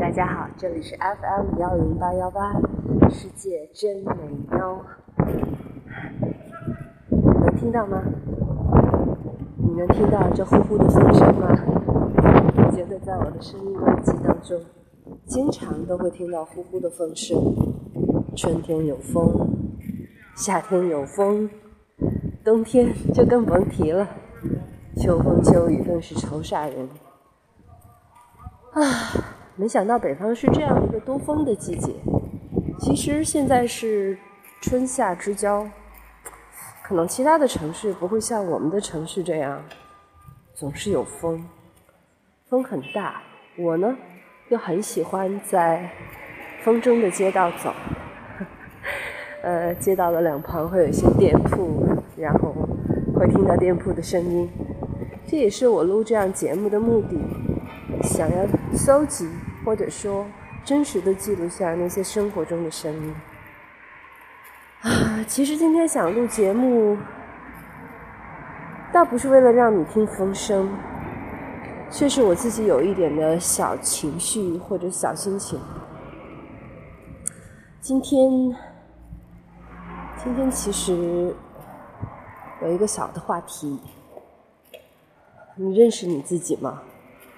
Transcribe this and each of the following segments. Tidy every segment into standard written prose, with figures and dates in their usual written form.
大家好，这里是 FM10818，世界真美妙。能听到吗？你能听到这呼呼的风声吗？我觉得在我的声音轨迹当中，经常都会听到呼呼的风声。春天有风，夏天有风，冬天就更甭提了，秋风秋雨更是愁煞人。没想到北方是这样一个多风的季节。其实现在是春夏之交，可能其他的城市不会像我们的城市这样总是有风，风很大。我呢又很喜欢在风中的街道走，街道的两旁会有一些店铺，然后会听到店铺的声音，这也是我录这样节目的目的，想要搜集或者说真实的记录下那些生活中的声音。其实今天想录节目，倒不是为了让你听风声，却是我自己有一点的小情绪或者小心情。今天其实有一个小的话题，你认识你自己吗？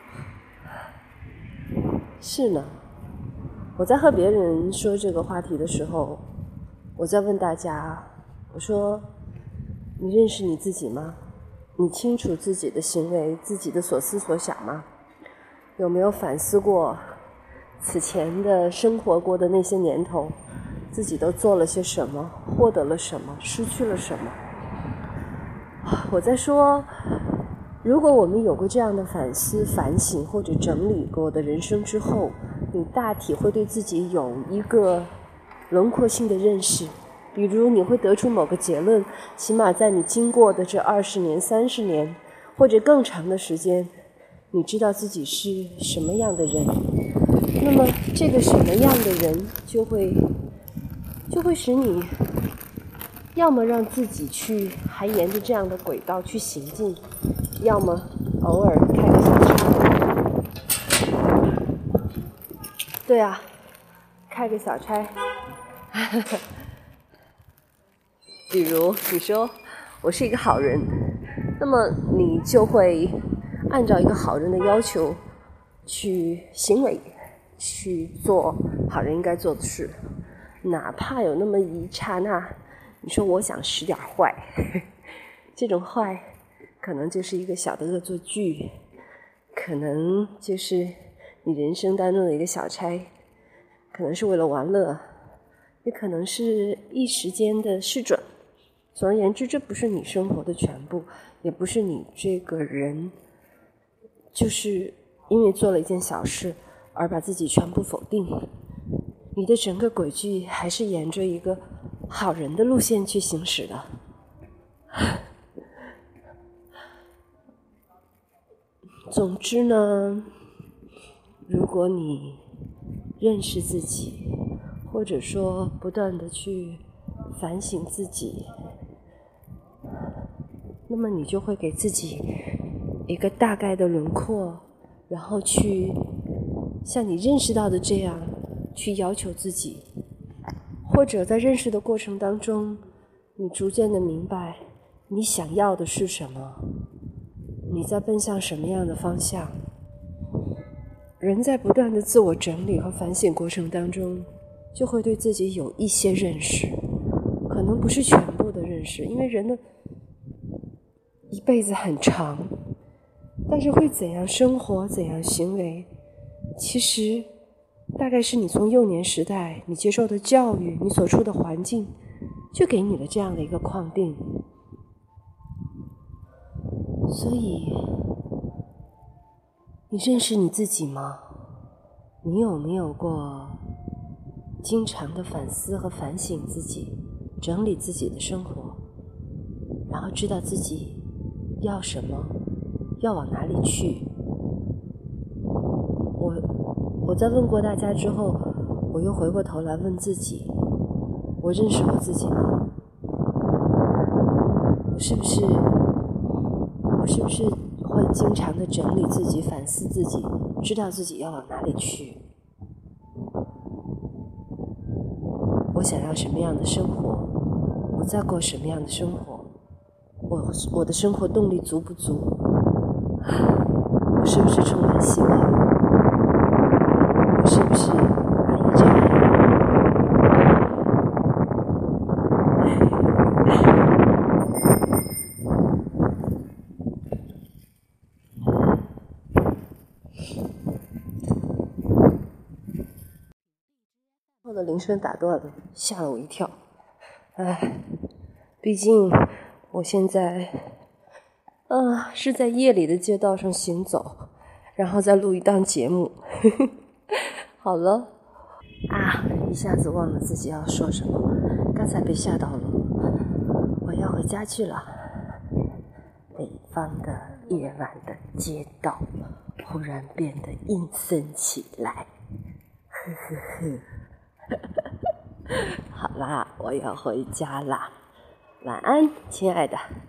是呢，我在和别人说这个话题的时候，我在问大家，我说你认识你自己吗？你清楚自己的行为，自己的所思所想吗？有没有反思过此前的生活过的那些年头，自己都做了些什么，获得了什么，失去了什么？我在说，如果我们有过这样的反思、反省或者整理过的人生之后，你大体会对自己有一个轮廓性的认识。比如你会得出某个结论，起码在你经过的这20年、30年或者更长的时间，你知道自己是什么样的人。那么这个什么样的人就会使你要么让自己去还沿着这样的轨道去行进，要么偶尔开个小差。对啊，开个小差。比如你说我是一个好人，那么你就会按照一个好人的要求去行为，去做好人应该做的事，哪怕有那么一刹那你说我想使点坏，这种坏可能就是一个小的恶作剧，可能就是你人生当中的一个小差，可能是为了玩乐，也可能是一时间的失准。总而言之，这不是你生活的全部，也不是你这个人就是因为做了一件小事而把自己全部否定。你的整个轨迹还是沿着一个好人的路线去行驶的。总之呢，如果你认识自己，或者说不断的去反省自己，那么你就会给自己一个大概的轮廓，然后去像你认识到的这样去要求自己，或者在认识的过程当中，你逐渐的明白你想要的是什么，你在奔向什么样的方向。人在不断的自我整理和反省过程当中，就会对自己有一些认识，可能不是全部的认识，因为人的一辈子很长，但是会怎样生活，怎样行为，其实大概是你从幼年时代你接受的教育，你所处的环境就给你了这样的一个框定。所以你认识你自己吗？你有没有过经常的反思和反省自己，整理自己的生活，然后知道自己要什么，要往哪里去？我在问过大家之后，我又回过头来问自己，我认识我自己吗？我是不是会经常的整理自己，反思自己，知道自己要往哪里去？ 我想要什么样的生活，我在过什么样的生活，我的生活动力足不足，我是不是充满希望，我是不是满意这样。后的铃声打断了，吓了我一跳。毕竟我现在是在夜里的街道上行走，然后再录一档节目。好了一下子忘了自己要说什么，刚才被吓到了。我要回家去了。北方的夜晚的街道忽然变得阴森起来。好啦，我要回家啦，晚安，亲爱的。